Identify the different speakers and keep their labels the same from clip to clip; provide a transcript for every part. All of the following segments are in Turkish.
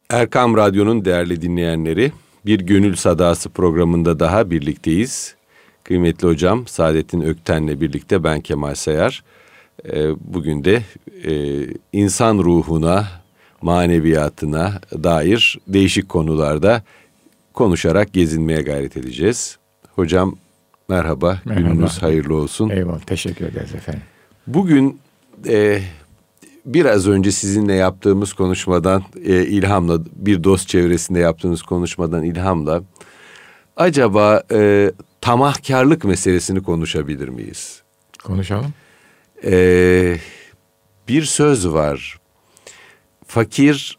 Speaker 1: Erkam Radyo'nun değerli dinleyenleri, bir Gönül Sadası programında daha birlikteyiz. Kıymetli hocam Saadettin Ökten'le birlikte ben Kemal Sayar. Bugün de insan ruhuna, maneviyatına dair değişik konularda konuşarak gezinmeye gayret edeceğiz. Hocam merhaba, gününüz hayırlı olsun.
Speaker 2: Eyvallah, teşekkür ederiz efendim.
Speaker 1: Bugün biraz önce sizinle yaptığımız konuşmadan ilhamla, bir dost çevresinde yaptığımız konuşmadan ilhamla acaba tamahkarlık meselesini konuşabilir miyiz?
Speaker 2: Konuşalım.
Speaker 1: Bir söz var. Fakir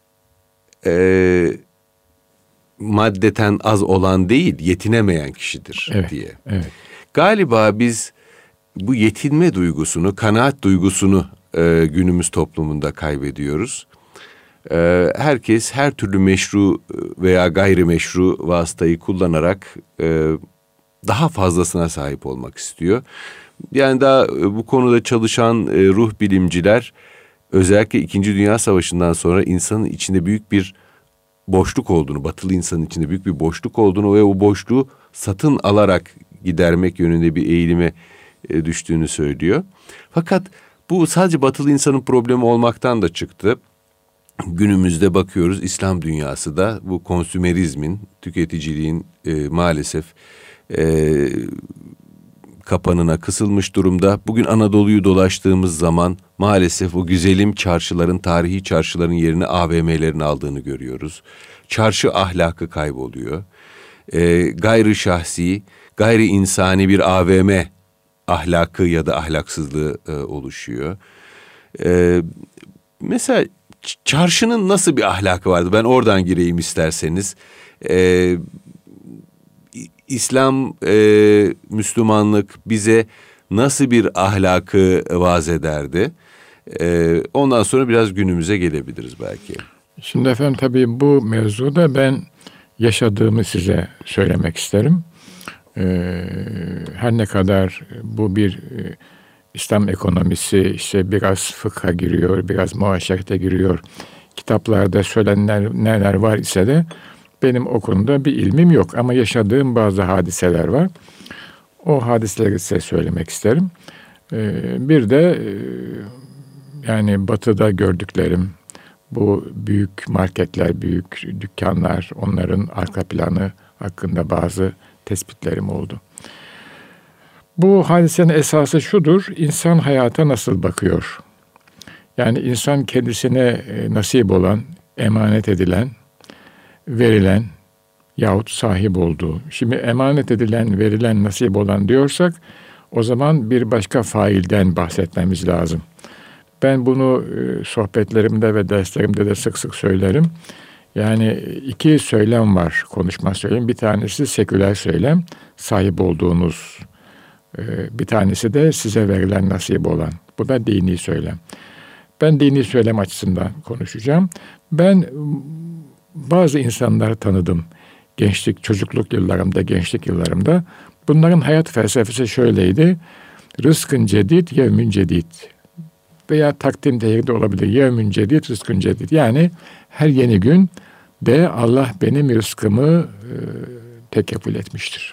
Speaker 1: maddeten az olan değil, yetinemeyen kişidir diye.
Speaker 2: Evet.
Speaker 1: Galiba biz bu yetinme duygusunu, kanaat duygusunu günümüz toplumunda kaybediyoruz. Herkes her türlü meşru veya gayrimeşru vasıtayı kullanarak daha fazlasına sahip olmak istiyor. Yani daha bu konuda çalışan ruh bilimciler özellikle 2. Dünya Savaşı'ndan sonra insanın içinde büyük bir boşluk olduğunu, batılı insanın içinde büyük bir boşluk olduğunu ve o boşluğu satın alarak gidermek yönünde bir eğilime düştüğünü söylüyor. Fakat bu sadece batılı insanın problemi olmaktan da çıktı. Günümüzde bakıyoruz İslam dünyası da bu konsümerizmin, tüketiciliğin maalesef kapanına kısılmış durumda. Bugün Anadolu'yu dolaştığımız zaman maalesef o güzelim çarşıların, tarihi çarşıların yerini AVM'lerin aldığını görüyoruz. Çarşı ahlakı kayboluyor. Gayri şahsi, gayri insani bir AVM ahlakı ya da ahlaksızlığı oluşuyor. Mesela çarşının nasıl bir ahlakı vardı? Ben oradan gireyim isterseniz. İslam, Müslümanlık bize nasıl bir ahlakı vaaz ederdi? Ondan sonra biraz günümüze gelebiliriz belki.
Speaker 2: Şimdi efendim tabii bu mevzuda ben yaşadığımı size söylemek isterim. Her ne kadar bu bir İslam ekonomisi işte biraz fıkha giriyor, biraz muaşerete giriyor. Kitaplarda söylenenler neler var ise de benim o konuda bir ilmim yok. Ama yaşadığım bazı hadiseler var. O hadiseleri size söylemek isterim. Bir de yani batıda gördüklerim, bu büyük marketler, büyük dükkanlar, onların arka planı hakkında bazı tespitlerim oldu. Bu hadisenin esası şudur: insan hayata nasıl bakıyor? Yani insan kendisine nasip olan, emanet edilen, verilen yahut sahip olduğu. Şimdi emanet edilen, verilen, nasip olan diyorsak o zaman bir başka failden bahsetmemiz lazım. Ben bunu sohbetlerimde ve derslerimde de sık sık söylerim. Yani iki söylem var, konuşma söylem. Bir tanesi seküler söylem, sahip olduğunuz. Bir tanesi de size verilen, nasip olan. Bu da dini söylem. Ben dini söylem açısından konuşacağım. Ben bazı insanları tanıdım. Çocukluk yıllarımda, gençlik yıllarımda. Bunların hayat felsefesi şöyleydi: rızkın cedid, yevmün cedid. Veya takdim değeri de olabilir. Yevmün cedid, rızkın cedid. Yani her yeni gün de Allah benim rızkımı tekeffül etmiştir.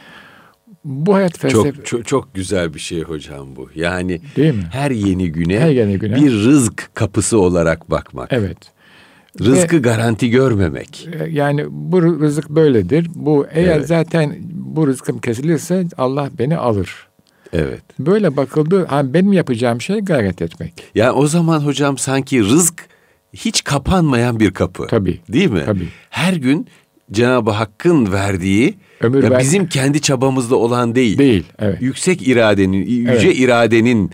Speaker 2: Bu hayat felsefe...
Speaker 1: Çok güzel bir şey hocam bu. Yani
Speaker 2: değil mi?
Speaker 1: Her yeni güne bir rızk kapısı olarak bakmak.
Speaker 2: Evet.
Speaker 1: Rızkı garanti görmemek.
Speaker 2: Yani bu rızık böyledir. Bu eğer zaten bu rızkım kesilirse Allah beni alır.
Speaker 1: Evet.
Speaker 2: Böyle bakıldı. Benim yapacağım şey gayret etmek.
Speaker 1: Yani o zaman hocam sanki rızk hiç kapanmayan bir kapı.
Speaker 2: Tabii.
Speaker 1: Değil mi?
Speaker 2: Tabii.
Speaker 1: Her gün Cenab-ı Hakk'ın verdiği bizim kendi çabamızda olan değil.
Speaker 2: Değil. Evet.
Speaker 1: Yüksek iradenin, yüce iradenin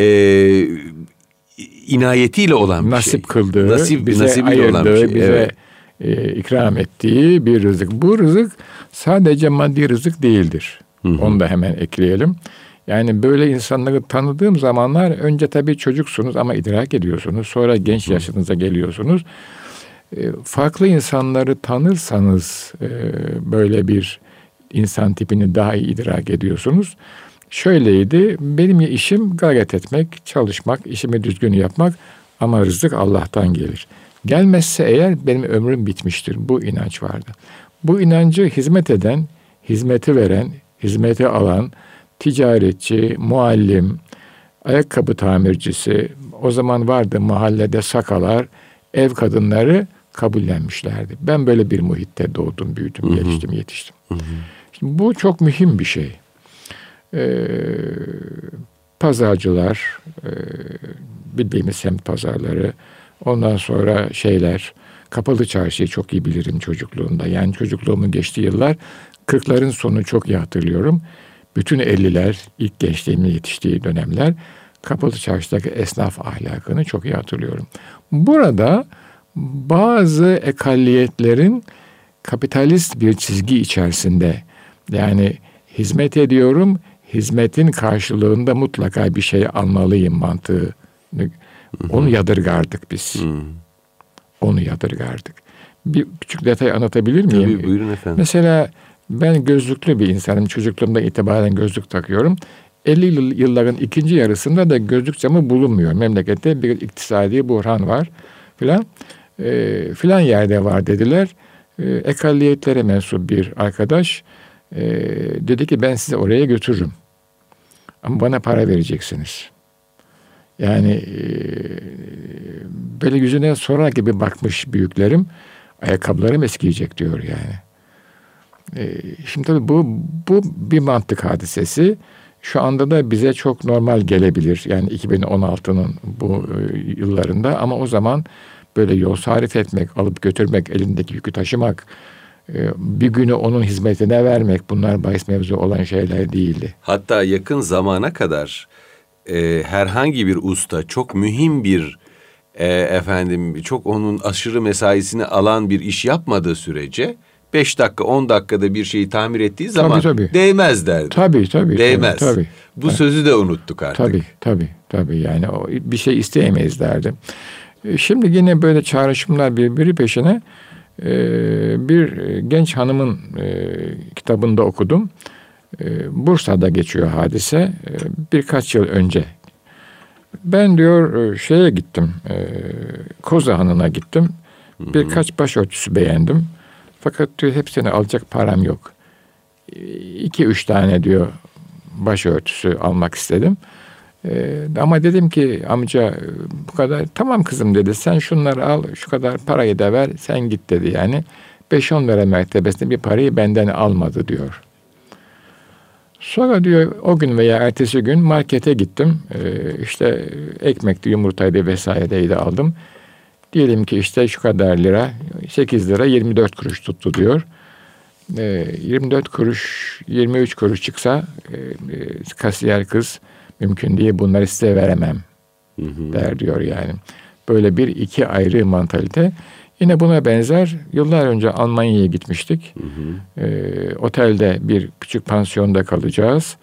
Speaker 1: inayetiyle olan bir
Speaker 2: nasip
Speaker 1: şey.
Speaker 2: Kıldığı,
Speaker 1: nasibiyle
Speaker 2: ayırdığı,
Speaker 1: olan bir şey.
Speaker 2: bize ikram ettiği bir rızık. Bu rızık sadece maddi rızık değildir. Onu da hemen ekleyelim. Yani böyle insanları tanıdığım zamanlar önce tabii çocuksunuz ama idrak ediyorsunuz. Sonra genç yaşınıza geliyorsunuz. Farklı insanları tanırsanız böyle bir insan tipini daha iyi idrak ediyorsunuz. Şöyleydi: benim işim gayret etmek, çalışmak, işimi düzgün yapmak ama rızık Allah'tan gelir. Gelmezse eğer benim ömrüm bitmiştir. Bu inanç vardı. Bu inancı hizmet eden, hizmeti veren, hizmeti alan, ticaretçi, muallim, ayakkabı tamircisi, o zaman vardı mahallede sakalar, ev kadınları kabullenmişlerdi. Ben böyle bir muhitte doğdum, büyüdüm, geliştim, yetiştim. Şimdi bu çok mühim bir şey. Pazarcılar, bildiğimiz semt pazarları, ondan sonra Kapalı Çarşı'yı çok iyi bilirim çocukluğumda. Yani çocukluğumun geçtiği yıllar, 40'ların sonu çok iyi hatırlıyorum. Bütün 50'ler, ilk gençliğimin yetiştiği dönemler, Kapalı Çarşı'daki esnaf ahlakını çok iyi hatırlıyorum. Burada bazı ekalliyetlerin kapitalist bir çizgi içerisinde, yani hizmet ediyorum, hizmetin karşılığında mutlaka bir şey almalıyım mantığı. Onu yadırgardık biz. Onu yadırgardık. Bir küçük detay anlatabilir miyim?
Speaker 1: Tabii, buyurun efendim.
Speaker 2: Mesela ben gözlüklü bir insanım. Çocukluğumdan itibaren gözlük takıyorum. 50 yılların ikinci yarısında da gözlük camı bulunmuyor. Memlekette bir iktisadi buhran var filan. Filan yerde var dediler. Ekalliyetlere mensup bir arkadaş dedi ki ben sizi oraya götürürüm. Ama bana para vereceksiniz. Yani böyle yüzüne sorar gibi bakmış büyüklerim. Ayakkabılarım eskiyecek diyor yani. Şimdi tabii bu bir mantık hadisesi. Şu anda da bize çok normal gelebilir. Yani 2016'nın bu yıllarında, ama o zaman böyle yol sarf etmek, alıp götürmek, elindeki yükü taşımak, bir günü onun hizmetine vermek, bunlar bahis mevzu olan şeyler değildi.
Speaker 1: Hatta yakın zamana kadar herhangi bir usta çok mühim bir çok onun aşırı mesaisini alan bir iş yapmadığı sürece 5 dakika 10 dakikada bir şeyi tamir ettiği zaman
Speaker 2: tabii.
Speaker 1: Değmez derdi.
Speaker 2: Tabii.
Speaker 1: Değmez.
Speaker 2: Tabii.
Speaker 1: Bu sözü de unuttuk artık.
Speaker 2: Tabii. Yani bir şey isteyemeyiz derdi. Şimdi yine böyle çağrışımlar birbiri peşine. Bir genç hanımın kitabında okudum. Bursa'da geçiyor hadise. Birkaç yıl önce. Ben diyor gittim. Kozahanı'na gittim. Birkaç başörtüsü beğendim. Fakat diyor hepsini alacak param yok. 2-3 tane diyor başörtüsü almak istedim. Ama dedim ki amca bu kadar, tamam kızım dedi, sen şunları al, şu kadar parayı da ver, sen git dedi yani. 5-10 lira mertebesinde bir parayı benden almadı diyor. Sonra diyor o gün veya ertesi gün markete gittim. İşte ekmekti, yumurtaydı vesaireydi aldım. Diyelim ki işte şu kadar lira, 8 lira 24 kuruş tuttu diyor. 24 kuruş, 23 kuruş çıksa kasiyer kız mümkün değil, bunları size veremem der diyor yani. Böyle bir iki ayrı mantalite. Yine buna benzer yıllar önce Almanya'ya gitmiştik. Otelde bir küçük pansiyonda kalacağız.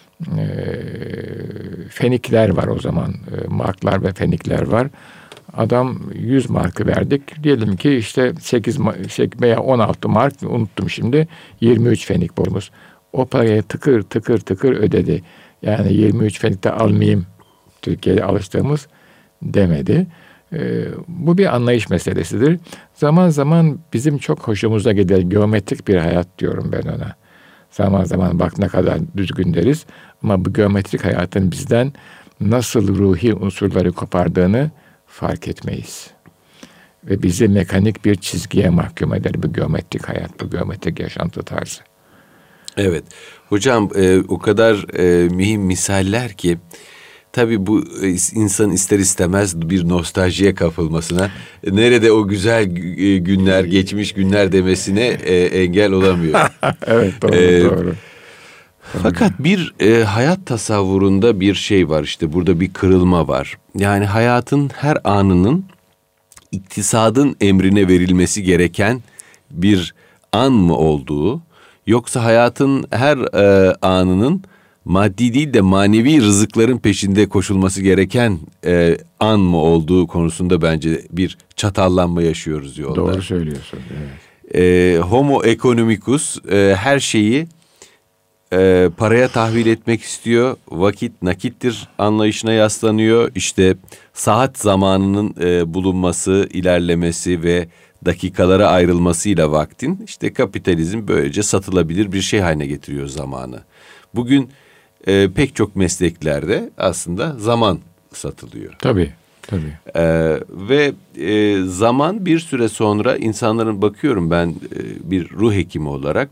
Speaker 2: Fenikler var o zaman. Marklar ve fenikler var. Adam 100 markı verdik. Diyelim ki işte 8 veya 16 mark, unuttum şimdi. 23 fenik borumuz. O parayı tıkır tıkır ödedi. Yani 23 fenikte almayayım, Türkiye'de alıştığımız demedi. Bu bir anlayış meselesidir. Zaman zaman bizim çok hoşumuza gider geometrik bir hayat diyorum ben ona. Zaman zaman bak ne kadar düzgün deriz. Ama bu geometrik hayatın bizden nasıl ruhi unsurları kopardığını fark etmeyiz. Ve bizi mekanik bir çizgiye mahkum eder bu geometrik hayat, bu geometrik yaşantı tarzı.
Speaker 1: Evet. Hocam o kadar mühim misaller ki tabii bu insan ister istemez bir nostaljiye kapılmasına, nerede o güzel günler, geçmiş günler demesine engel olamıyor.
Speaker 2: Evet, doğru.
Speaker 1: Fakat bir hayat tasavvurunda bir şey var, işte burada bir kırılma var. Yani hayatın her anının iktisadın emrine verilmesi gereken bir an mı olduğu, yoksa hayatın her anının maddi değil de manevi rızıkların peşinde koşulması gereken an mı olduğu konusunda bence bir çatallanma yaşıyoruz yolda.
Speaker 2: Doğru söylüyorsun. Evet.
Speaker 1: Homo economicus her şeyi paraya tahvil etmek istiyor. Vakit nakittir anlayışına yaslanıyor. İşte saat zamanının bulunması, ilerlemesi ve dakikalara ayrılmasıyla vaktin, işte kapitalizm böylece satılabilir bir şey haline getiriyor zamanı. Bugün pek çok mesleklerde aslında zaman satılıyor.
Speaker 2: Tabii.
Speaker 1: Ve zaman bir süre sonra insanların, bakıyorum ben bir ruh hekimi olarak,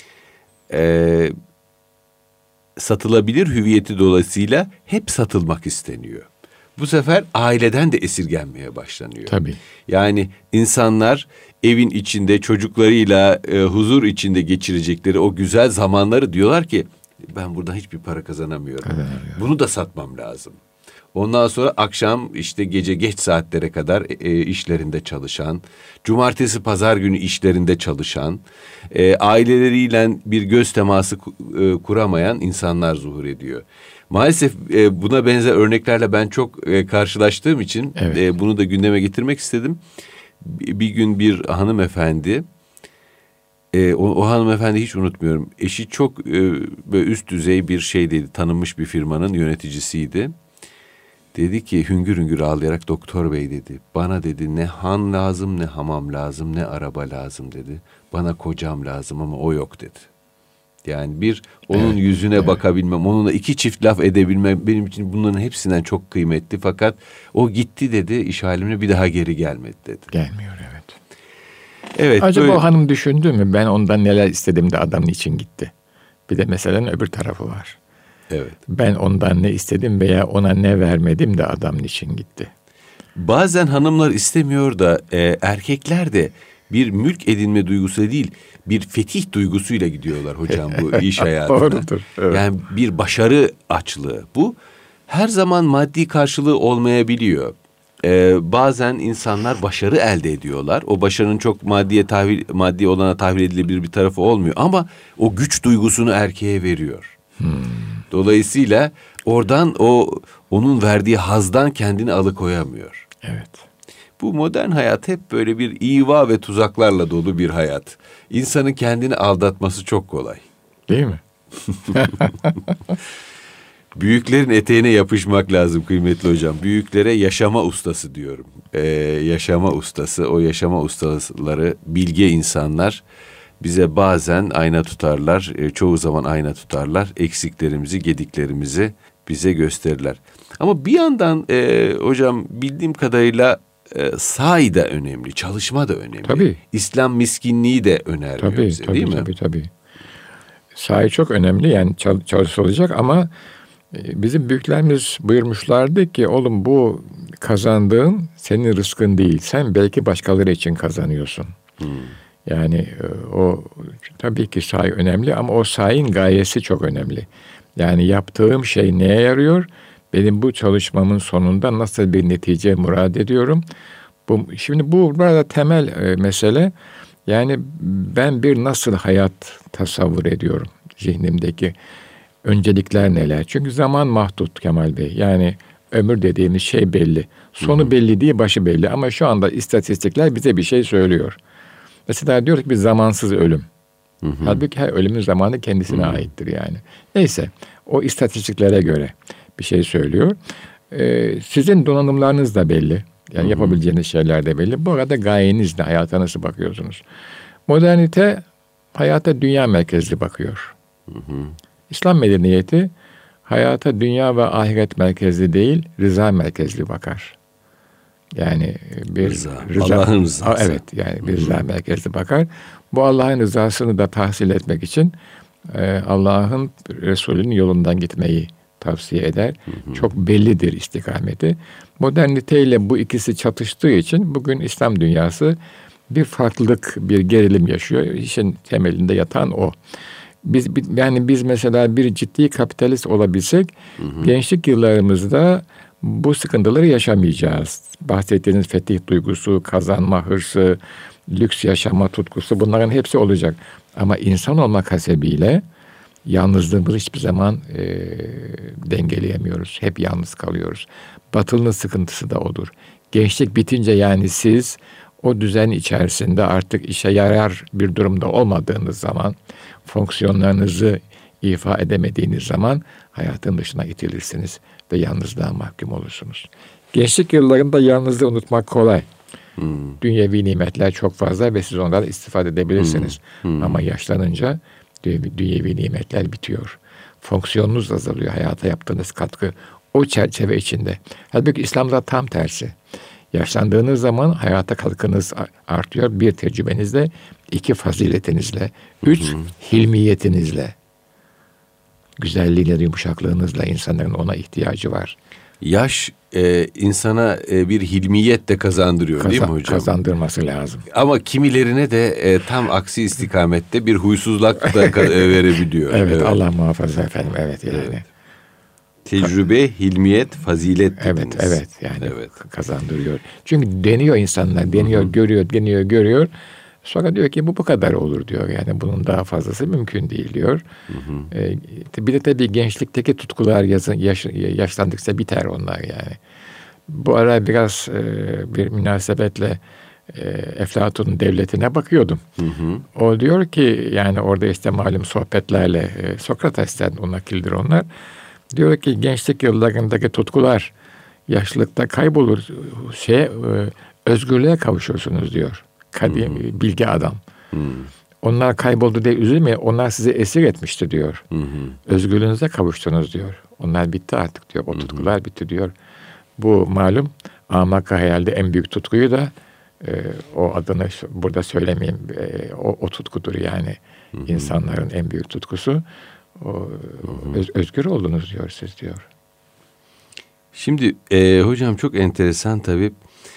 Speaker 1: satılabilir hüviyeti dolayısıyla hep satılmak isteniyor. Bu sefer aileden de esirgenmeye başlanıyor.
Speaker 2: Tabii.
Speaker 1: Yani insanlar evin içinde çocuklarıyla huzur içinde geçirecekleri o güzel zamanları diyorlar ki ben buradan hiçbir para kazanamıyorum. Bunu da satmam lazım. Ondan sonra akşam işte gece geç saatlere kadar işlerinde çalışan, cumartesi pazar günü işlerinde çalışan, aileleriyle bir göz teması kuramayan insanlar zuhur ediyor. Maalesef buna benzer örneklerle ben çok karşılaştığım için bunu da gündeme getirmek istedim. Bir gün bir hanımefendi, o hanımefendi hiç unutmuyorum. Eşi çok böyle üst düzey bir şeydi, tanınmış bir firmanın yöneticisiydi. Dedi ki hüngür hüngür ağlayarak, doktor bey dedi, bana dedi ne han lazım, ne hamam lazım, ne araba lazım dedi. Bana kocam lazım ama o yok dedi. Yani bir onun yüzüne bakabilmem, onunla iki çift laf edebilmem benim için bunların hepsinden çok kıymetli. Fakat o gitti dedi, iş halimine bir daha geri gelmedi dedi.
Speaker 2: Gelmiyor, evet.
Speaker 1: Evet.
Speaker 2: Acaba
Speaker 1: böyle...
Speaker 2: o hanım düşündü mü? Ben ondan neler istedim de adam niçin gitti? Bir de meselenin öbür tarafı var.
Speaker 1: Evet.
Speaker 2: Ben ondan ne istedim veya ona ne vermedim de adam niçin gitti?
Speaker 1: Bazen hanımlar istemiyor da erkekler de bir mülk edinme duygusu değil, bir fetih duygusuyla gidiyorlar hocam bu iş hayatına.
Speaker 2: Doğrudur. Evet.
Speaker 1: Yani bir başarı açlığı. Bu her zaman maddi karşılığı olmayabiliyor. Bazen insanlar başarı elde ediyorlar. O başarının çok maddi olana tahvil edilebilir bir tarafı olmuyor. Ama o güç duygusunu erkeğe veriyor. Dolayısıyla oradan onun verdiği hazdan kendini alıkoyamıyor.
Speaker 2: Evet.
Speaker 1: Bu modern hayat hep böyle bir iva ve tuzaklarla dolu bir hayat. İnsanın kendini aldatması çok kolay.
Speaker 2: Değil mi?
Speaker 1: Büyüklerin eteğine yapışmak lazım kıymetli hocam. Büyüklere yaşama ustası diyorum. Yaşama ustası, o yaşama ustaları bilge insanlar bize bazen ayna tutarlar. Çoğu zaman ayna tutarlar. Eksiklerimizi, gediklerimizi bize gösterirler. Ama bir yandan hocam bildiğim kadarıyla sahi da önemli, çalışma da önemli.
Speaker 2: Tabii.
Speaker 1: İslam miskinliği de önermiyor bize, değil mi?
Speaker 2: Tabii. Sahi çok önemli, yani çalışılacak ama bizim büyüklerimiz buyurmuşlardı ki oğlum bu kazandığın senin rızkın değil. Sen belki başkaları için kazanıyorsun. Yani o tabii ki sahi önemli ama o sahinin gayesi çok önemli. Yani yaptığım şey neye yarıyor? Benim bu çalışmamın sonunda nasıl bir netice murad ediyorum? Şimdi bu burada temel mesele. Yani ben bir nasıl hayat tasavvur ediyorum? Zihnimdeki öncelikler neler? Çünkü zaman mahdut Kemal Bey. Yani ömür dediğimiz şey belli. Sonu belli değil, başı belli. Ama şu anda istatistikler bize bir şey söylüyor. Mesela diyor ki bir zamansız ölüm. Halbuki her ölümün zamanı kendisine aittir yani. Neyse, o istatistiklere göre bir şey söylüyor. Sizin donanımlarınız da belli. Yani yapabileceğiniz şeyler de belli. Bu arada gayeniz ne? Hayata nasıl bakıyorsunuz? Modernite hayata dünya merkezli bakıyor. İslam medeniyeti hayata dünya ve ahiret merkezli değil, rıza merkezli bakar. Yani bir rıza
Speaker 1: Allah'ın rızası.
Speaker 2: Evet, yani bir rıza merkezli bakar. Bu Allah'ın rızasını da tahsil etmek için Allah'ın Resulü'nün yolundan gitmeyi tavsiye eder. Çok bellidir istikameti. Moderniteyle bu ikisi çatıştığı için bugün İslam dünyası bir farklılık, bir gerilim yaşıyor. İşin temelinde yatan o. Biz mesela bir ciddi kapitalist olabilsek gençlik yıllarımızda bu sıkıntıları yaşamayacağız. Bahsettiğiniz fetih duygusu, kazanma hırsı, lüks yaşama tutkusu, bunların hepsi olacak. Ama insan olmak hasebiyle yalnızlığımızı hiçbir zaman dengeleyemiyoruz. Hep yalnız kalıyoruz. Batılının sıkıntısı da odur. Gençlik bitince yani siz o düzen içerisinde artık işe yarar bir durumda olmadığınız zaman, fonksiyonlarınızı ifa edemediğiniz zaman hayatın dışına itilirsiniz ve yalnızlığa mahkum olursunuz. Gençlik yıllarında yalnızlığı unutmak kolay. Dünyevi nimetler çok fazla ve siz onlardan istifade edebilirsiniz. Ama yaşlanınca dünyevi nimetler bitiyor. Fonksiyonunuz azalıyor, hayata yaptığınız katkı o çerçeve içinde. Halbuki İslam'da tam tersi. Yaşlandığınız zaman hayata katkınız artıyor. Bir, tecrübenizle, iki, faziletinizle, üç, hilmiyetinizle, güzelliğinizle, yumuşaklığınızla insanların ona ihtiyacı var.
Speaker 1: Yaş insana bir hilmiyet de kazandırıyor değil mi hocam?
Speaker 2: Kazandırması lazım.
Speaker 1: Ama kimilerine de tam aksi istikamette bir huysuzluk da verebiliyor.
Speaker 2: Evet, Allah muhafaza efendim. Evet yani. Evet.
Speaker 1: Tecrübe, hilmiyet, fazilet dediniz.
Speaker 2: Evet yani kazandırıyor. Çünkü deniyor insanlar, görüyor. Sonra diyor ki bu kadar olur diyor. Yani bunun daha fazlası mümkün değil diyor. Bir de tabii gençlikteki tutkular yaşlandıkça biter onlar yani. Bu ara biraz bir münasebetle Eflatun'un devletine bakıyordum. O diyor ki yani orada işte malum sohbetlerle Sokrates'ten o nakildir onlar. Diyor ki gençlik yıllarındaki tutkular yaşlılıkta kaybolur. Özgürlüğe kavuşursunuz diyor. Kadim, bilge adam. Onlar kayboldu diye üzülmeyin. Onlar sizi esir etmişti diyor. Özgürlüğünüze kavuştunuz diyor. Onlar bitti artık diyor. O tutkular bitti diyor. Bu malum Amaka hayalde en büyük tutkuyu da o adını burada söylemeyeyim. O tutkudur yani. İnsanların en büyük tutkusu. Özgür oldunuz diyor siz diyor.
Speaker 1: Şimdi hocam çok enteresan tabii.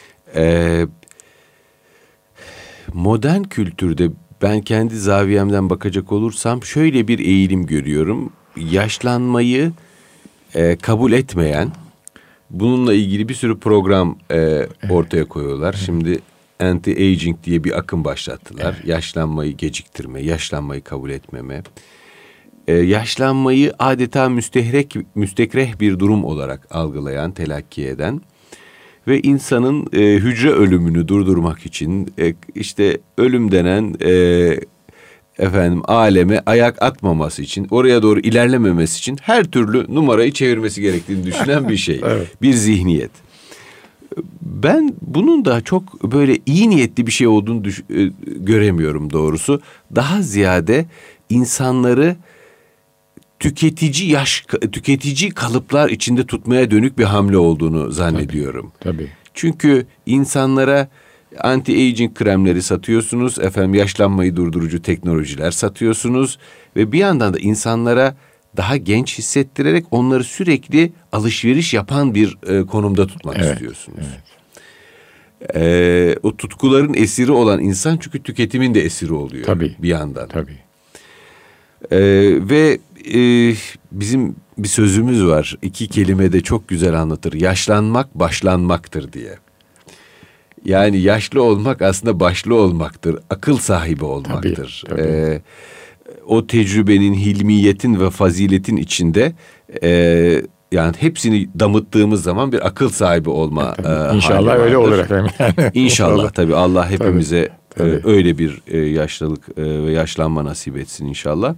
Speaker 1: Modern kültürde ben kendi zaviyemden bakacak olursam şöyle bir eğilim görüyorum. Yaşlanmayı kabul etmeyen, bununla ilgili bir sürü program ortaya koyuyorlar. Şimdi anti-aging diye bir akım başlattılar. Yaşlanmayı geciktirme, yaşlanmayı kabul etmeme. Yaşlanmayı adeta müstekreh bir durum olarak algılayan, telakki eden ve insanın hücre ölümünü durdurmak için işte ölüm denen aleme ayak atmaması için, oraya doğru ilerlememesi için her türlü numarayı çevirmesi gerektiğini düşünen bir şey. Evet. Bir zihniyet. Ben bunun da çok böyle iyi niyetli bir şey olduğunu göremiyorum doğrusu. Daha ziyade insanları tüketici kalıplar içinde tutmaya dönük bir hamle olduğunu zannediyorum.
Speaker 2: Tabii.
Speaker 1: Çünkü insanlara anti-aging kremleri satıyorsunuz, yaşlanmayı durdurucu teknolojiler satıyorsunuz ve bir yandan da insanlara daha genç hissettirerek onları sürekli alışveriş yapan bir konumda tutmak istiyorsunuz. Evet. O tutkuların esiri olan insan çünkü tüketimin de esiri oluyor.
Speaker 2: Tabii.
Speaker 1: Bir yandan.
Speaker 2: Tabii.
Speaker 1: Ve bizim bir sözümüz var. 2 kelime de çok güzel anlatır. Yaşlanmak başlanmaktır diye. Yani yaşlı olmak aslında başlı olmaktır. Akıl sahibi olmaktır.
Speaker 2: Tabii.
Speaker 1: O tecrübenin, hilmiyetin ve faziletin içinde yani hepsini damıttığımız zaman bir akıl sahibi olma
Speaker 2: İnşallah öyle olur efendim.
Speaker 1: İnşallah tabii Allah hepimize öyle bir yaşlılık ve yaşlanma nasip etsin inşallah.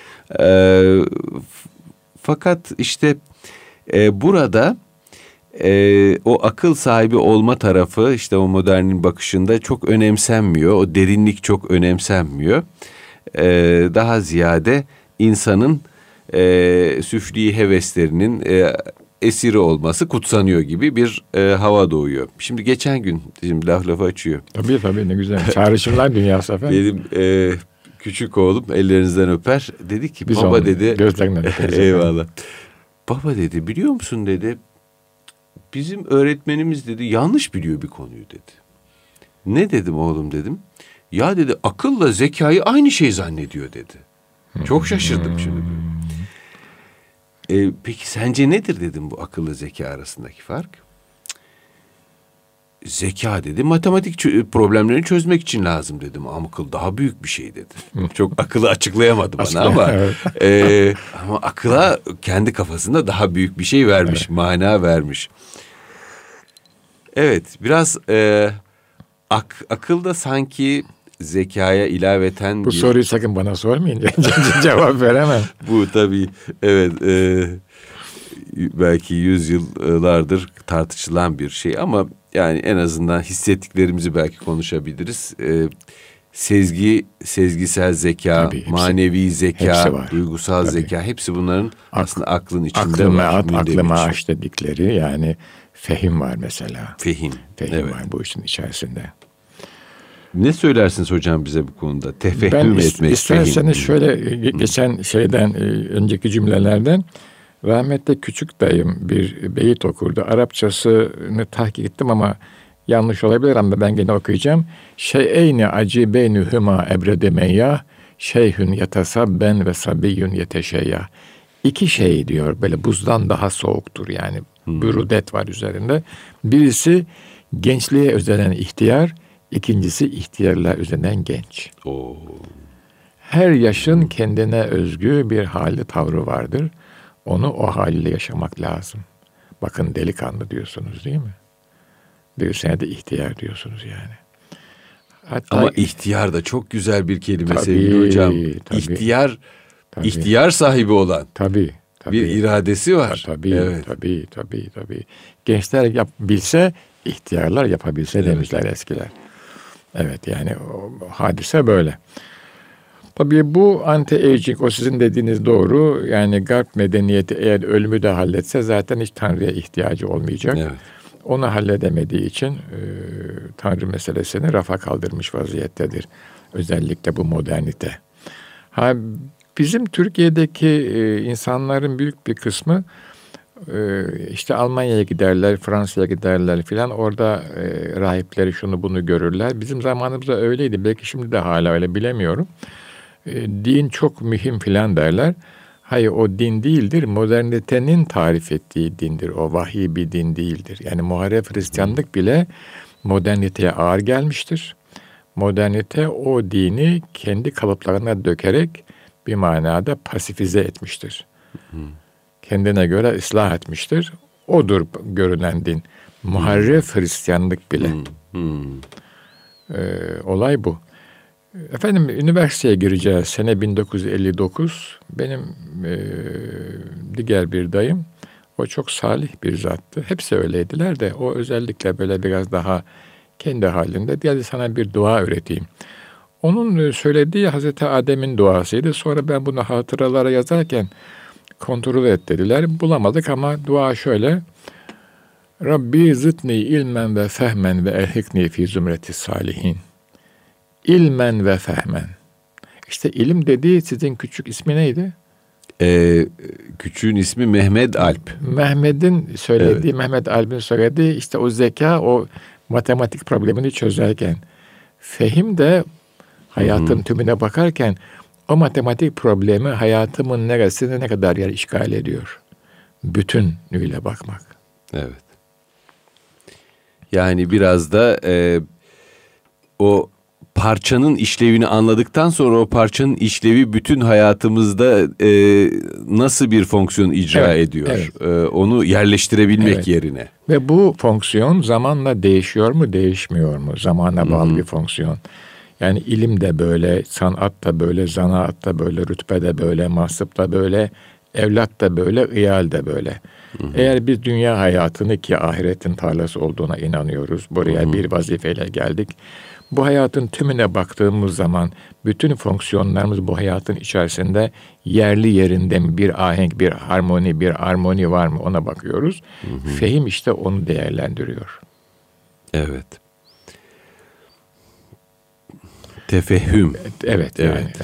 Speaker 1: Fakat işte burada o akıl sahibi olma tarafı işte o modernin bakışında çok önemsenmiyor. O derinlik çok önemsenmiyor. Daha ziyade insanın süfli heveslerinin esiri olması kutsanıyor gibi bir hava doğuyor. Şimdi geçen gün lafı açıyor.
Speaker 2: Tabii ne güzel. Çağrışımlar dünyası efendim.
Speaker 1: Benim küçük oğlum ellerinizden öper. Dedi ki
Speaker 2: biz
Speaker 1: baba dedi.
Speaker 2: Gözlerinden öperiz.
Speaker 1: Eyvallah. Baba dedi biliyor musun dedi. Bizim öğretmenimiz dedi yanlış biliyor bir konuyu dedi. Ne dedim oğlum dedim. Ya dedi akılla zekayı aynı şey zannediyor dedi. Çok şaşırdım şimdi. Peki sence nedir dedim bu akılla zeka arasındaki fark? Zeka dedi matematik problemlerini çözmek için lazım dedim. Ama akıl daha büyük bir şey dedi. Çok akıllı açıklayamadı bana ama ama akıla kendi kafasında daha büyük bir şey vermiş, mana vermiş. Evet, biraz akılda sanki zekaya ilaveten
Speaker 2: Bu soruyu sakın bana sormayın. Cevap veremem.
Speaker 1: Bu tabii evet belki yüzyıllardır tartışılan bir şey ama yani en azından hissettiklerimizi belki konuşabiliriz. Sezgisel zeka,
Speaker 2: Tabii,
Speaker 1: manevi zeka, duygusal
Speaker 2: tabii.
Speaker 1: zeka hepsi bunların aslında aklın içinde var.
Speaker 2: Aklıma aç dedikleri yani fehim var mesela.
Speaker 1: Fehim
Speaker 2: evet. Var bu işin içerisinde.
Speaker 1: Ne söylersiniz hocam bize bu konuda? Tefehüm etmek.
Speaker 2: İsterseniz şöyle geçen şeyden önceki cümlelerden rahmetli küçük dayım bir beyit okurdu. Arapçasını tahkik ettim ama yanlış olabilir ama ben gene okuyacağım. Şey'eyni acibeyni hüma ebredemeyya şeyhün yetasabben ve sabiyyün yeteşeyya. İki şey diyor böyle buzdan daha soğuktur yani. Bürudet var üzerinde. Birisi gençliğe özenen ihtiyar, ikincisi ihtiyarlığa özenen genç. Her yaşın kendine özgü bir hali tavrı vardır. Onu o haliyle yaşamak lazım. Bakın delikanlı diyorsunuz değil mi? Birisine de ihtiyar diyorsunuz yani. Hatta,
Speaker 1: ama ihtiyar da çok güzel bir kelime sevgili hocam. İhtiyar, ihtiyar sahibi olan.
Speaker 2: Tabii.
Speaker 1: Bir iradesi var.
Speaker 2: Tabii. Gençler bilse, ihtiyarlar yapabilse demişler eskiler. Evet yani o hadise böyle. Tabii bu anti-aging, o sizin dediğiniz doğru. Yani Garp medeniyeti eğer ölümü de halletse zaten hiç Tanrı'ya ihtiyacı olmayacak.
Speaker 1: Evet.
Speaker 2: Onu halledemediği için Tanrı meselesini rafa kaldırmış vaziyettedir. Özellikle bu modernite. Bizim Türkiye'deki insanların büyük bir kısmı işte Almanya'ya giderler, Fransa'ya giderler filan. Orada rahipleri şunu bunu görürler. Bizim zamanımızda öyleydi. Belki şimdi de hala öyle, bilemiyorum. Din çok mühim filan derler. Hayır, o din değildir. Modernitenin tarif ettiği dindir. O vahiy bir din değildir. Yani muharref Hristiyanlık bile moderniteye ağır gelmiştir. Modernite o dini kendi kalıplarına dökerek bir manada pasifize etmiştir. Kendine göre ıslah etmiştir. Odur görünen din. Muharref Hristiyanlık bile. Olay bu. Efendim üniversiteye gireceğiz sene 1959. Benim diğer bir dayım, o çok salih bir zattı. Hepsi öyleydiler de o özellikle böyle biraz daha kendi halinde. Diye sana bir dua öğreteyim. Onun söylediği Hazreti Adem'in duasıydı. Sonra ben bunu hatıralara yazarken kontrol et dediler. Bulamadık ama dua şöyle. Rabbi zidni ilmen ve fehmen ve elhikni fi zümreti salihin. İlmen ve fehmen. İşte ilim dediği sizin küçük ismi neydi?
Speaker 1: Küçüğün ismi Mehmet Alp.
Speaker 2: Mehmet'in söylediği, Mehmet Alp'in söylediği işte o zeka, o matematik problemini çözerken, fehim de hayatın tümüne bakarken o matematik problemi hayatımın neresine ne kadar yer işgal ediyor. Bütünüyle bakmak.
Speaker 1: Evet. Yani biraz da o parçanın işlevini anladıktan sonra o parçanın işlevi bütün hayatımızda nasıl bir fonksiyon icra ediyor? Evet. Onu yerleştirebilmek yerine.
Speaker 2: Ve bu fonksiyon zamanla değişiyor mu, değişmiyor mu? Zamana bağlı bir fonksiyon. Yani ilim de böyle, sanat da böyle, zanaat da böyle, rütbe de böyle, mahsıp da böyle, evlat da böyle, iyal de böyle. Eğer biz dünya hayatını, ki ahiretin tarlası olduğuna inanıyoruz, buraya bir vazifeyle geldik. Bu hayatın tümüne baktığımız zaman bütün fonksiyonlarımız bu hayatın içerisinde yerli yerinde mi, bir ahenk, bir armoni var mı, ona bakıyoruz. Fehim işte onu değerlendiriyor.
Speaker 1: Evet. Tefehüm.
Speaker 2: Evet.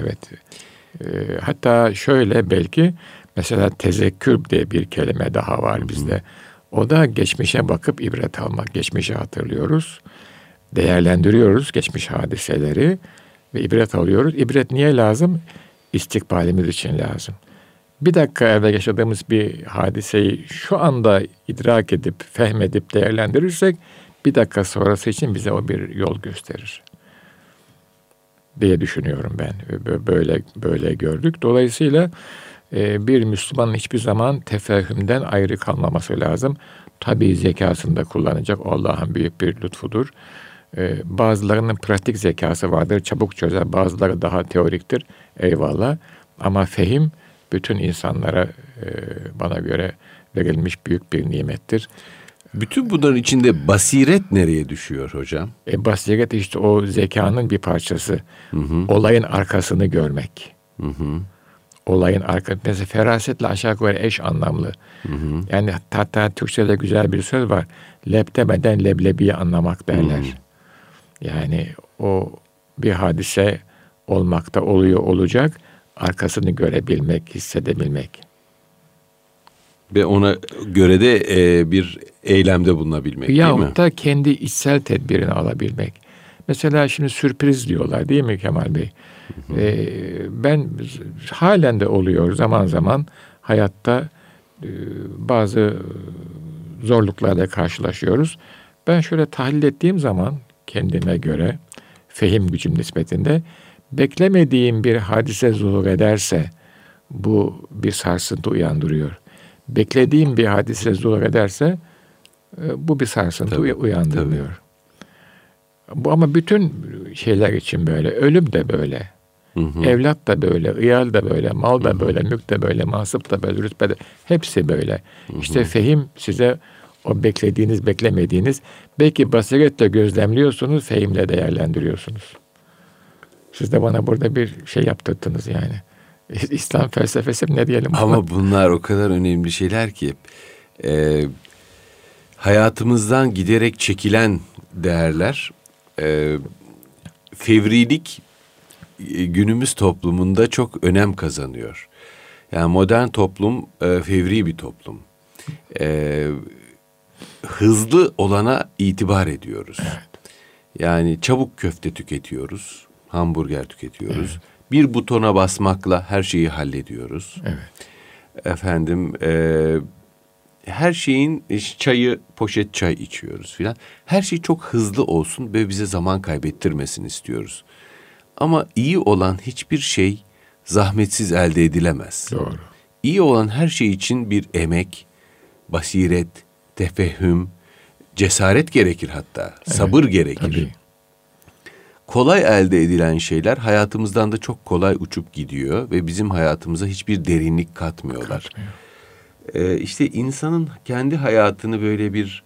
Speaker 2: Hatta şöyle belki mesela tezekkür diye bir kelime daha var bizde. O da geçmişe bakıp ibret almak. Geçmişi hatırlıyoruz. Değerlendiriyoruz geçmiş hadiseleri ve ibret alıyoruz. İbret niye lazım? İstikbalimiz için lazım. Bir dakika evvel yaşadığımız bir hadiseyi şu anda idrak edip, fehmedip değerlendirirsek bir dakika sonrası için bize o bir yol gösterir diye düşünüyorum ben. Böyle gördük. Dolayısıyla bir Müslümanın hiçbir zaman tefehümden ayrı kalmaması lazım. Tabii zekasını da kullanacak. Allah'ın büyük bir lütfudur. Bazılarının pratik zekası vardır, çabuk çözer. Bazıları daha teoriktir. Eyvallah. Ama fehim bütün insanlara bana göre verilmiş büyük bir nimettir.
Speaker 1: Bütün bunların içinde basiret nereye düşüyor hocam?
Speaker 2: Basiret işte o zekanın bir parçası. Olayın arkasını görmek. Olayın arkasını. Mesela ferasetle aşağı yukarı eş anlamlı. Yani hatta Türkçe'de güzel bir söz var. Leb demeden leblebiyi anlamak derler. Yani o bir hadise olmakta oluyor olacak. Arkasını görebilmek, hissedebilmek.
Speaker 1: Ve ona göre de bir eylemde bulunabilmek, değil mi?
Speaker 2: Yahut da kendi içsel tedbirini alabilmek. Mesela şimdi sürpriz diyorlar, değil mi Kemal Bey? Ben halen de oluyor zaman zaman hayatta bazı zorluklarla karşılaşıyoruz. Ben şöyle tahlil ettiğim zaman kendime göre fehim gücüm nispetinde beklemediğim bir hadise zuhur ederse bu bir sarsıntı uyandırıyor. Beklediğim bir hadise zuhur ederse bu bir sarsıntı uyandırmıyor. Bu ama bütün şeyler için böyle. Ölüm de böyle. Evlat da böyle, ıyal da böyle, mal da böyle, mülk de böyle, mansıp da böyle, rütbe de. Hepsi böyle. İşte fehim size o beklediğiniz, beklemediğiniz, belki basiretle gözlemliyorsunuz, fehimle değerlendiriyorsunuz. Siz de bana burada bir şey yaptırdınız yani. İslam felsefesi ne diyelim?
Speaker 1: Ama bunlar o kadar önemli şeyler ki hayatımızdan giderek çekilen değerler, fevrilik günümüz toplumunda çok önem kazanıyor. Yani modern toplum fevri bir toplum. Hızlı olana itibar ediyoruz.
Speaker 2: Evet.
Speaker 1: Yani çabuk köfte tüketiyoruz, hamburger tüketiyoruz. Evet. Bir butona basmakla her şeyi hallediyoruz.
Speaker 2: Evet.
Speaker 1: Efendim, her şeyin çayı, poşet çay içiyoruz filan. Her şey çok hızlı olsun ve bize zaman kaybettirmesin istiyoruz. Ama iyi olan hiçbir şey zahmetsiz elde edilemez.
Speaker 2: Doğru.
Speaker 1: İyi olan her şey için bir emek, basiret, tefehüm, cesaret gerekir hatta. Evet, sabır gerekir.
Speaker 2: Tabii.
Speaker 1: Kolay elde edilen şeyler hayatımızdan da çok kolay uçup gidiyor ve bizim hayatımıza hiçbir derinlik katmıyorlar. İşte insanın kendi hayatını böyle bir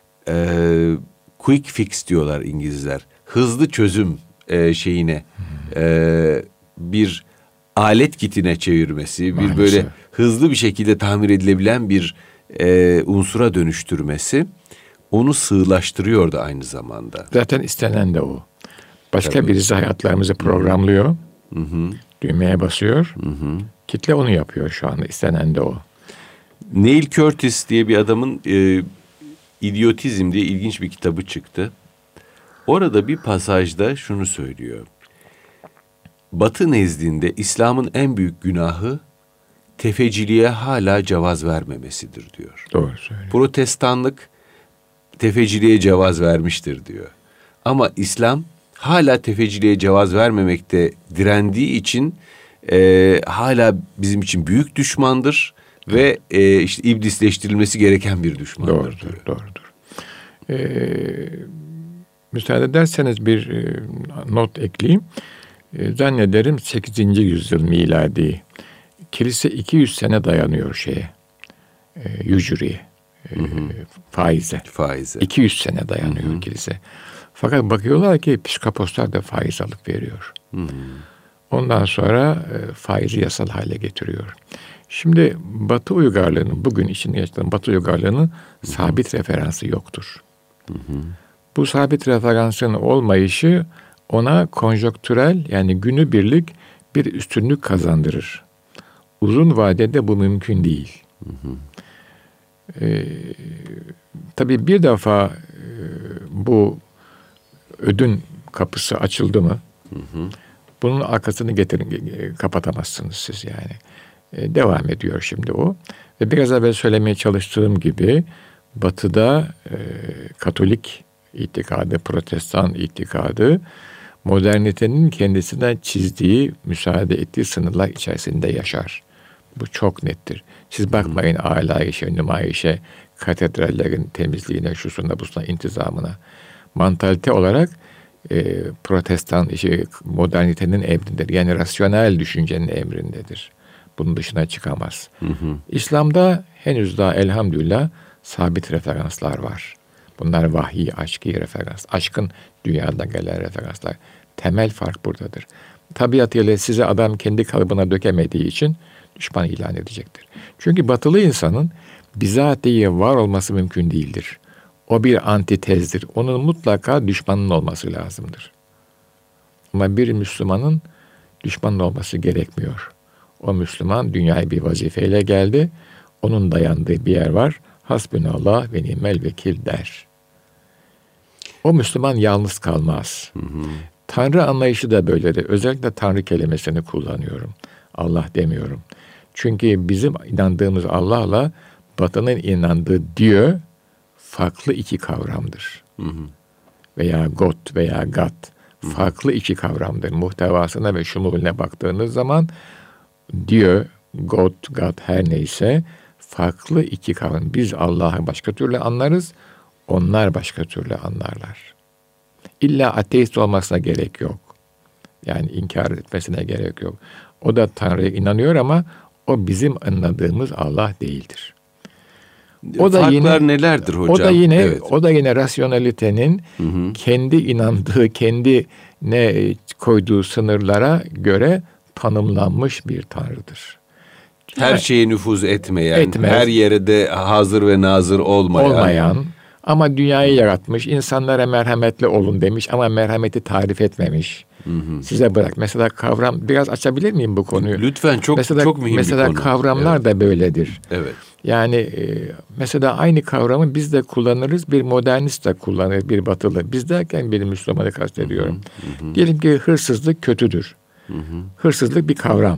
Speaker 1: quick fix diyorlar İngilizler. Hızlı çözüm şeyine, bir alet kitine çevirmesi, bir böyle hızlı bir şekilde tamir edilebilen bir unsura dönüştürmesi onu sığlaştırıyor da aynı zamanda.
Speaker 2: Zaten istenen de o. Başka birisi hayatlarımızı programlıyor. Düğmeye basıyor. Kitle onu yapıyor şu anda. İstenen de o.
Speaker 1: Neil Curtis diye bir adamın İdiotizm diye ilginç bir kitabı çıktı. Orada bir pasajda şunu söylüyor. Batı nezdinde İslam'ın en büyük günahı tefeciliğe hala cevaz vermemesidir diyor.
Speaker 2: Doğru söylüyor.
Speaker 1: Protestanlık tefeciliğe cevaz vermiştir diyor. Ama İslam hala tefeciliğe cevaz vermemekte direndiği için hala bizim için büyük düşmandır ve işte iblisleştirilmesi gereken bir düşmandır.
Speaker 2: Doğrudur, doğrudur. Müsaade ederseniz bir not ekleyeyim. Zannederim 8. yüzyıl miladi. Kilise 200 sene dayanıyor şeye. Yücürüye. Faize. 200 sene dayanıyor kilise. Fakat bakıyorlar ki psikoposlar da faiz alıp veriyor. Ondan sonra faizi yasal hale getiriyor. Şimdi Batı uygarlığının, bugün içinde yaşanan Batı uygarlığının sabit referansı yoktur. Bu sabit referansın olmayışı ona konjonktürel, yani günübirlik bir üstünlük kazandırır. Uzun vadede bu mümkün değil. Tabii bir defa bu ödün kapısı açıldı mı, bunun arkasını kapatamazsınız siz yani. Devam ediyor şimdi o. Ve biraz evvel söylemeye çalıştığım gibi Batı'da Katolik itikadı, Protestan itikadı modernitenin kendisine çizdiği, müsaade ettiği sınırlar içerisinde yaşar. Bu çok nettir. Siz bakmayın alayişe, nümayişe, katedrallerin temizliğine, şusuna, busuna, intizamına. mantalite olarak protestan modernitenin emrindedir. Yani rasyonel düşüncenin emrindedir. Bunun dışına çıkamaz. İslam'da henüz daha elhamdülillah sabit referanslar var. Bunlar vahiy, aşkı referans. Aşkın dünyada gelen referanslar. Temel fark buradadır. Tabiatıyla size adam kendi kalıbına dökemediği için düşman ilan edecektir. Çünkü batılı insanın bizatihi var olması mümkün değildir. O bir antitezdir. Onun mutlaka düşmanın olması lazımdır. Ama bir Müslümanın düşmanın olması gerekmiyor. O Müslüman dünyaya bir vazifeyle geldi. Onun dayandığı bir yer var. Hasbunallah ve ni'mel vekil der. O Müslüman yalnız kalmaz. Tanrı anlayışı da böyledir. Özellikle Tanrı kelimesini kullanıyorum. Allah demiyorum. Çünkü bizim inandığımız Allah'la Batı'nın inandığı Dieu farklı iki kavramdır. Veya God veya God farklı iki kavramdır. Muhtevasına ve şumulüne baktığınız zaman Dieu, God her neyse farklı iki kavram. Biz Allah'ı başka türlü anlarız, onlar başka türlü anlarlar. İlla ateist olmasına gerek yok. Yani inkar etmesine gerek yok. O da Tanrı'ya inanıyor ama o bizim anladığımız Allah değildir.
Speaker 1: O da farklar nelerdir hocam?
Speaker 2: O da yine rasyonalitenin kendi inandığı, kendine koyduğu sınırlara göre tanımlanmış bir Tanrı'dır.
Speaker 1: Her şeye nüfuz etmeyen, her yere de hazır ve nazır olmayan.
Speaker 2: Ama dünyayı yaratmış, insanlara merhametli olun demiş ama merhameti tarif etmemiş. Size bırak. Mesela kavram, biraz açabilir miyim bu konuyu?
Speaker 1: Lütfen, çok mühim bir konu.
Speaker 2: Mesela kavramlar da böyledir.
Speaker 1: Evet.
Speaker 2: Yani mesela aynı kavramı biz de kullanırız, bir modernist de kullanır, bir batılı. Biz derken bir Müslümanı kastediyorum. Diyelim ki hırsızlık kötüdür. Hırsızlık bir kavram.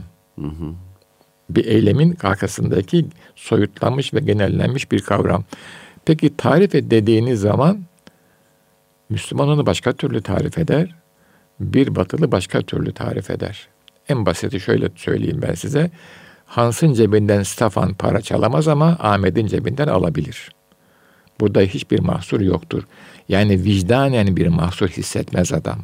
Speaker 2: Bir eylemin arkasındaki soyutlanmış ve genellenmiş bir kavram. Peki tarif et dediğiniz zaman Müslüman onu başka türlü tarif eder, bir batılı başka türlü tarif eder. En basiti şöyle söyleyeyim ben size. Hans'ın cebinden Stefan para çalamaz ama Ahmet'in cebinden alabilir. Burada hiçbir mahsur yoktur. Yani vicdanen bir mahsur hissetmez adam.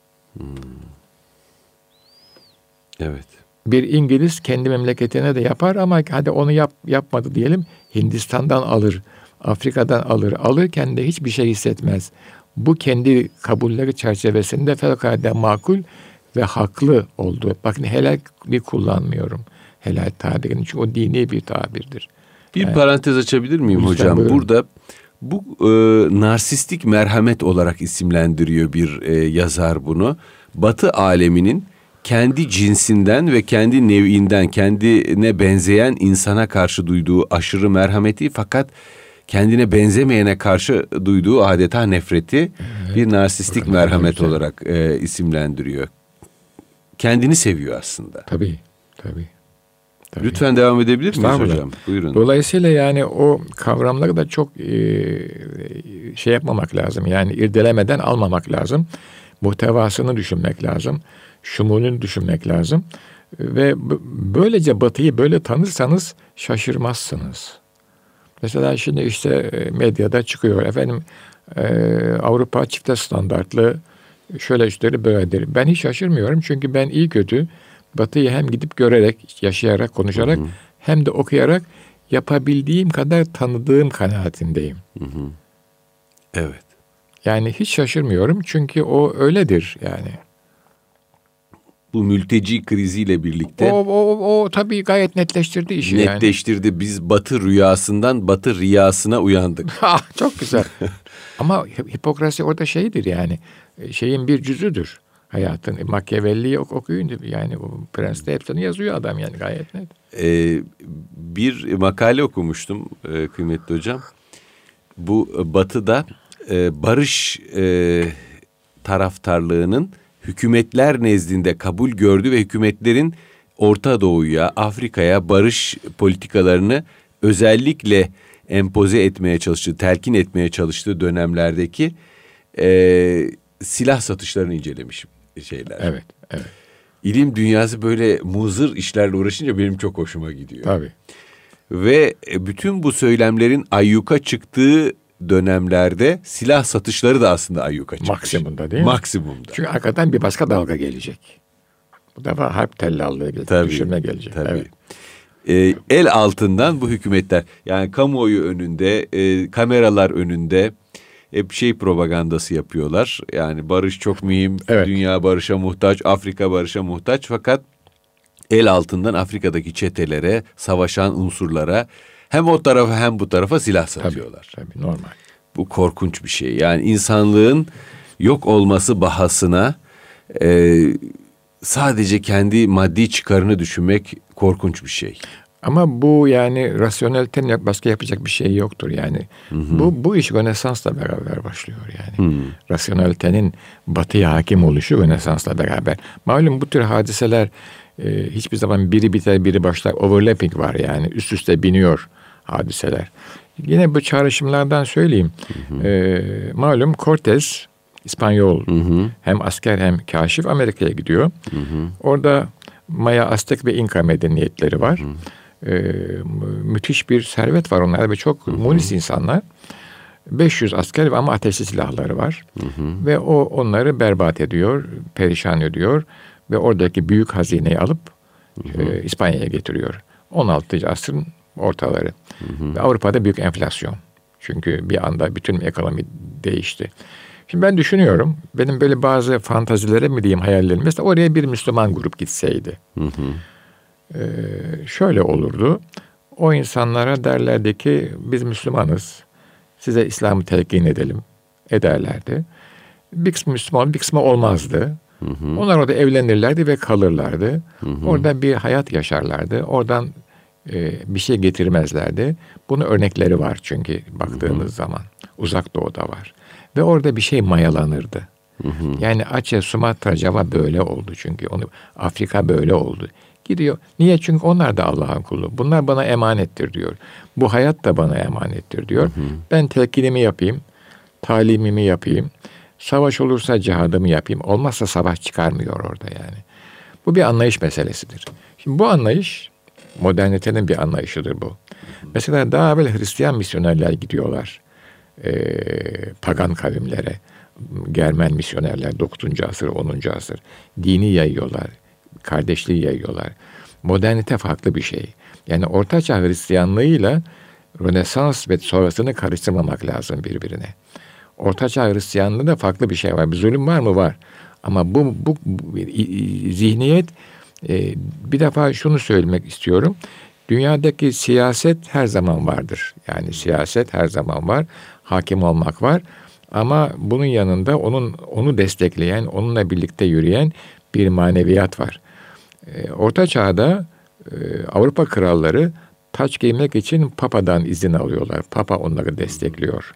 Speaker 1: Evet.
Speaker 2: Bir İngiliz kendi memleketine de yapar ama hadi onu yapmadı diyelim. Hindistan'dan alır, Afrika'dan alır. Alırken de hiçbir şey hissetmez. Bu kendi kabulleri çerçevesinde fevkalade makul ve haklı oldu. Bakın helali kullanmıyorum. Helal tabirini, çünkü o dini bir tabirdir.
Speaker 1: Bir parantez açabilir miyim hocam?
Speaker 2: Buyurun.
Speaker 1: Burada bu narsistik merhamet olarak isimlendiriyor bir yazar bunu. Batı aleminin kendi cinsinden ve kendi nev'inden, kendine benzeyen insana karşı duyduğu aşırı merhameti, fakat kendine benzemeyene karşı duyduğu adeta nefreti bir narsistik merhamet olarak isimlendiriyor. Kendini seviyor aslında.
Speaker 2: Tabii.
Speaker 1: Lütfen devam edebilir miyiz hocam? Buyurun.
Speaker 2: Dolayısıyla yani o kavramları da çok şey yapmamak lazım. Yani irdelemeden almamak lazım. Muhtevasını düşünmek lazım. Şumulünü düşünmek lazım. Ve böylece Batı'yı böyle tanırsanız şaşırmazsınız. Mesela şimdi işte medyada çıkıyor efendim, Avrupa çifte standartlı, şöyle işleri böyledir. Ben hiç şaşırmıyorum çünkü ben iyi kötü Batı'yı hem gidip görerek, yaşayarak, konuşarak hem de okuyarak yapabildiğim kadar tanıdığım kanaatindeyim.
Speaker 1: Evet.
Speaker 2: Yani hiç şaşırmıyorum çünkü o öyledir yani.
Speaker 1: Bu mülteci kriziyle birlikte
Speaker 2: O tabii gayet netleştirdi işi yani.
Speaker 1: Netleştirdi. Biz Batı rüyasından Batı riyasına uyandık.
Speaker 2: Çok güzel. Ama hipokrasi orada şeydir yani. Şeyin bir cüzüdür. Hayatın. Machiavelli'yi okuyun. Yani o Prens'te hepsini yazıyor adam yani gayet net.
Speaker 1: Bir makale okumuştum kıymetli hocam. Bu Batı'da barış taraftarlığının hükümetler nezdinde kabul gördü ve hükümetlerin Orta Doğu'ya, Afrika'ya barış politikalarını özellikle empoze etmeye çalıştığı, telkin etmeye çalıştığı dönemlerdeki silah satışlarını incelemiş şeyler.
Speaker 2: Evet.
Speaker 1: İlim dünyası böyle muzır işlerle uğraşınca benim çok hoşuma gidiyor.
Speaker 2: Tabii.
Speaker 1: Ve bütün bu söylemlerin ayyuka çıktığı dönemlerde silah satışları da aslında ayyuka çıkmış.
Speaker 2: Maksimumda değil mi?
Speaker 1: Maksimumda.
Speaker 2: Çünkü arkadan bir başka dalga gelecek. Bu defa harp tellallığı gelecek, düşürme gelecek.
Speaker 1: Tabii.
Speaker 2: Evet.
Speaker 1: El altından bu hükümetler, yani kamuoyu önünde, kameralar önünde hep propagandası yapıyorlar. Yani barış çok mühim,
Speaker 2: evet.
Speaker 1: Dünya barışa muhtaç, Afrika barışa muhtaç. Fakat el altından Afrika'daki çetelere, savaşan unsurlara hem o tarafa hem bu tarafa silah satıyorlar.
Speaker 2: Tabii normal.
Speaker 1: Bu korkunç bir şey. Yani insanlığın yok olması bahasına sadece kendi maddi çıkarını düşünmek korkunç bir şey.
Speaker 2: Ama bu yani rasyonelitenin başka yapacak bir şey yoktur yani. Bu iş Rönesans'la beraber başlıyor yani. Rasyonelitenin batıya hakim oluşu Rönesans'la beraber. Malum bu tür hadiseler hiçbir zaman biri biter biri başlar. Overlapping var yani, üst üste biniyor hadiseler. Yine bu çağrışımlardan söyleyeyim. Malum Cortez İspanyol, hem asker hem kaşif, Amerika'ya gidiyor. Orada Maya, Aztek ve İnka medeniyetleri var. Müthiş bir servet var onlarda ve çok munis insanlar. 500 asker ama ateşli silahları var. Ve o onları berbat ediyor, perişan ediyor ve oradaki büyük hazineyi alıp İspanya'ya getiriyor. 16. asrın ortaları. Ve Avrupa'da büyük enflasyon. Çünkü bir anda bütün ekonomi değişti. Şimdi ben düşünüyorum, benim böyle bazı fantazilere mi diyeyim, hayallerim. Mesela oraya bir Müslüman grup gitseydi. Şöyle olurdu. O insanlara derlerdi ki biz Müslümanız. Size İslam'ı telkin edelim. Ederlerdi. Bir kısmı Müslüman, bir kısmı olmazdı. Onlar orada evlenirlerdi ve kalırlardı. Orada bir hayat yaşarlardı. Oradan bir şey getirmezlerdi. Bunun örnekleri var çünkü baktığımız zaman. Uzak Doğu'da var. Ve orada bir şey mayalanırdı. Yani Aceh, Sumatra, Java böyle oldu çünkü. Afrika böyle oldu. Gidiyor. Niye? Çünkü onlar da Allah'ın kulu. Bunlar bana emanettir diyor. Bu hayat da bana emanettir diyor. Ben telkinimi yapayım. Talimimi yapayım. Savaş olursa cihadımı yapayım. Olmazsa savaş çıkarmıyor orada yani. Bu bir anlayış meselesidir. Şimdi bu anlayış modernitenin bir anlayışıdır bu. Mesela daha evvel Hristiyan misyonerler gidiyorlar. Pagan kavimlere. Germen misyonerler 9. asır, 10. asır. Dini yayıyorlar. Kardeşliği yayıyorlar. Modernite farklı bir şey. Yani Ortaçağ Hristiyanlığıyla Rönesans ve sonrasını karıştırmamak lazım birbirine. Ortaçağ Hristiyanlığında farklı bir şey var. Bir zulüm var mı? Var. Ama bu zihniyet, bir defa şunu söylemek istiyorum. Dünyadaki siyaset her zaman vardır. Yani siyaset her zaman var. Hakim olmak var. Ama bunun yanında onu destekleyen, onunla birlikte yürüyen bir maneviyat var. Orta Çağ'da Avrupa kralları taç giymek için Papa'dan izin alıyorlar. Papa onları destekliyor.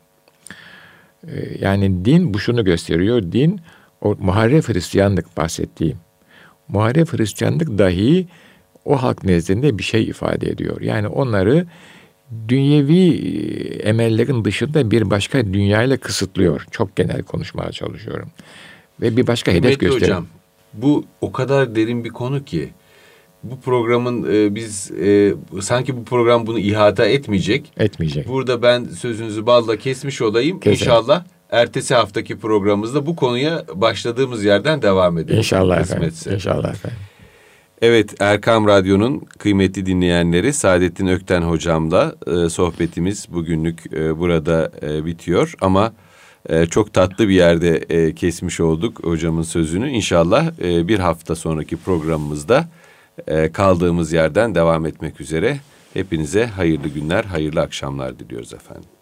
Speaker 2: Yani din bu şunu gösteriyor. Din, o muharref Hristiyanlık bahsettiğim. Muharref Hristiyanlık dahi o halk nezdinde bir şey ifade ediyor. Yani onları dünyevi emellerin dışında bir başka dünyayla kısıtlıyor. Çok genel konuşmaya çalışıyorum. Ve bir başka hedef gösteriyor.
Speaker 1: Hocam, bu o kadar derin bir konu ki bu programın biz sanki bu program bunu ihata etmeyecek.
Speaker 2: Etmeyecek.
Speaker 1: Burada ben sözünüzü balla kesmiş olayım.
Speaker 2: Kesin.
Speaker 1: İnşallah ertesi haftaki programımızda bu konuya başladığımız yerden devam edelim.
Speaker 2: İnşallah efendim. İnşallah efendim.
Speaker 1: Evet, Erkam Radyo'nun kıymetli dinleyenleri, Saadettin Ökten hocamla sohbetimiz bugünlük burada bitiyor. Ama çok tatlı bir yerde kesmiş olduk hocamın sözünü. İnşallah bir hafta sonraki programımızda kaldığımız yerden devam etmek üzere. Hepinize hayırlı günler, hayırlı akşamlar diliyoruz efendim.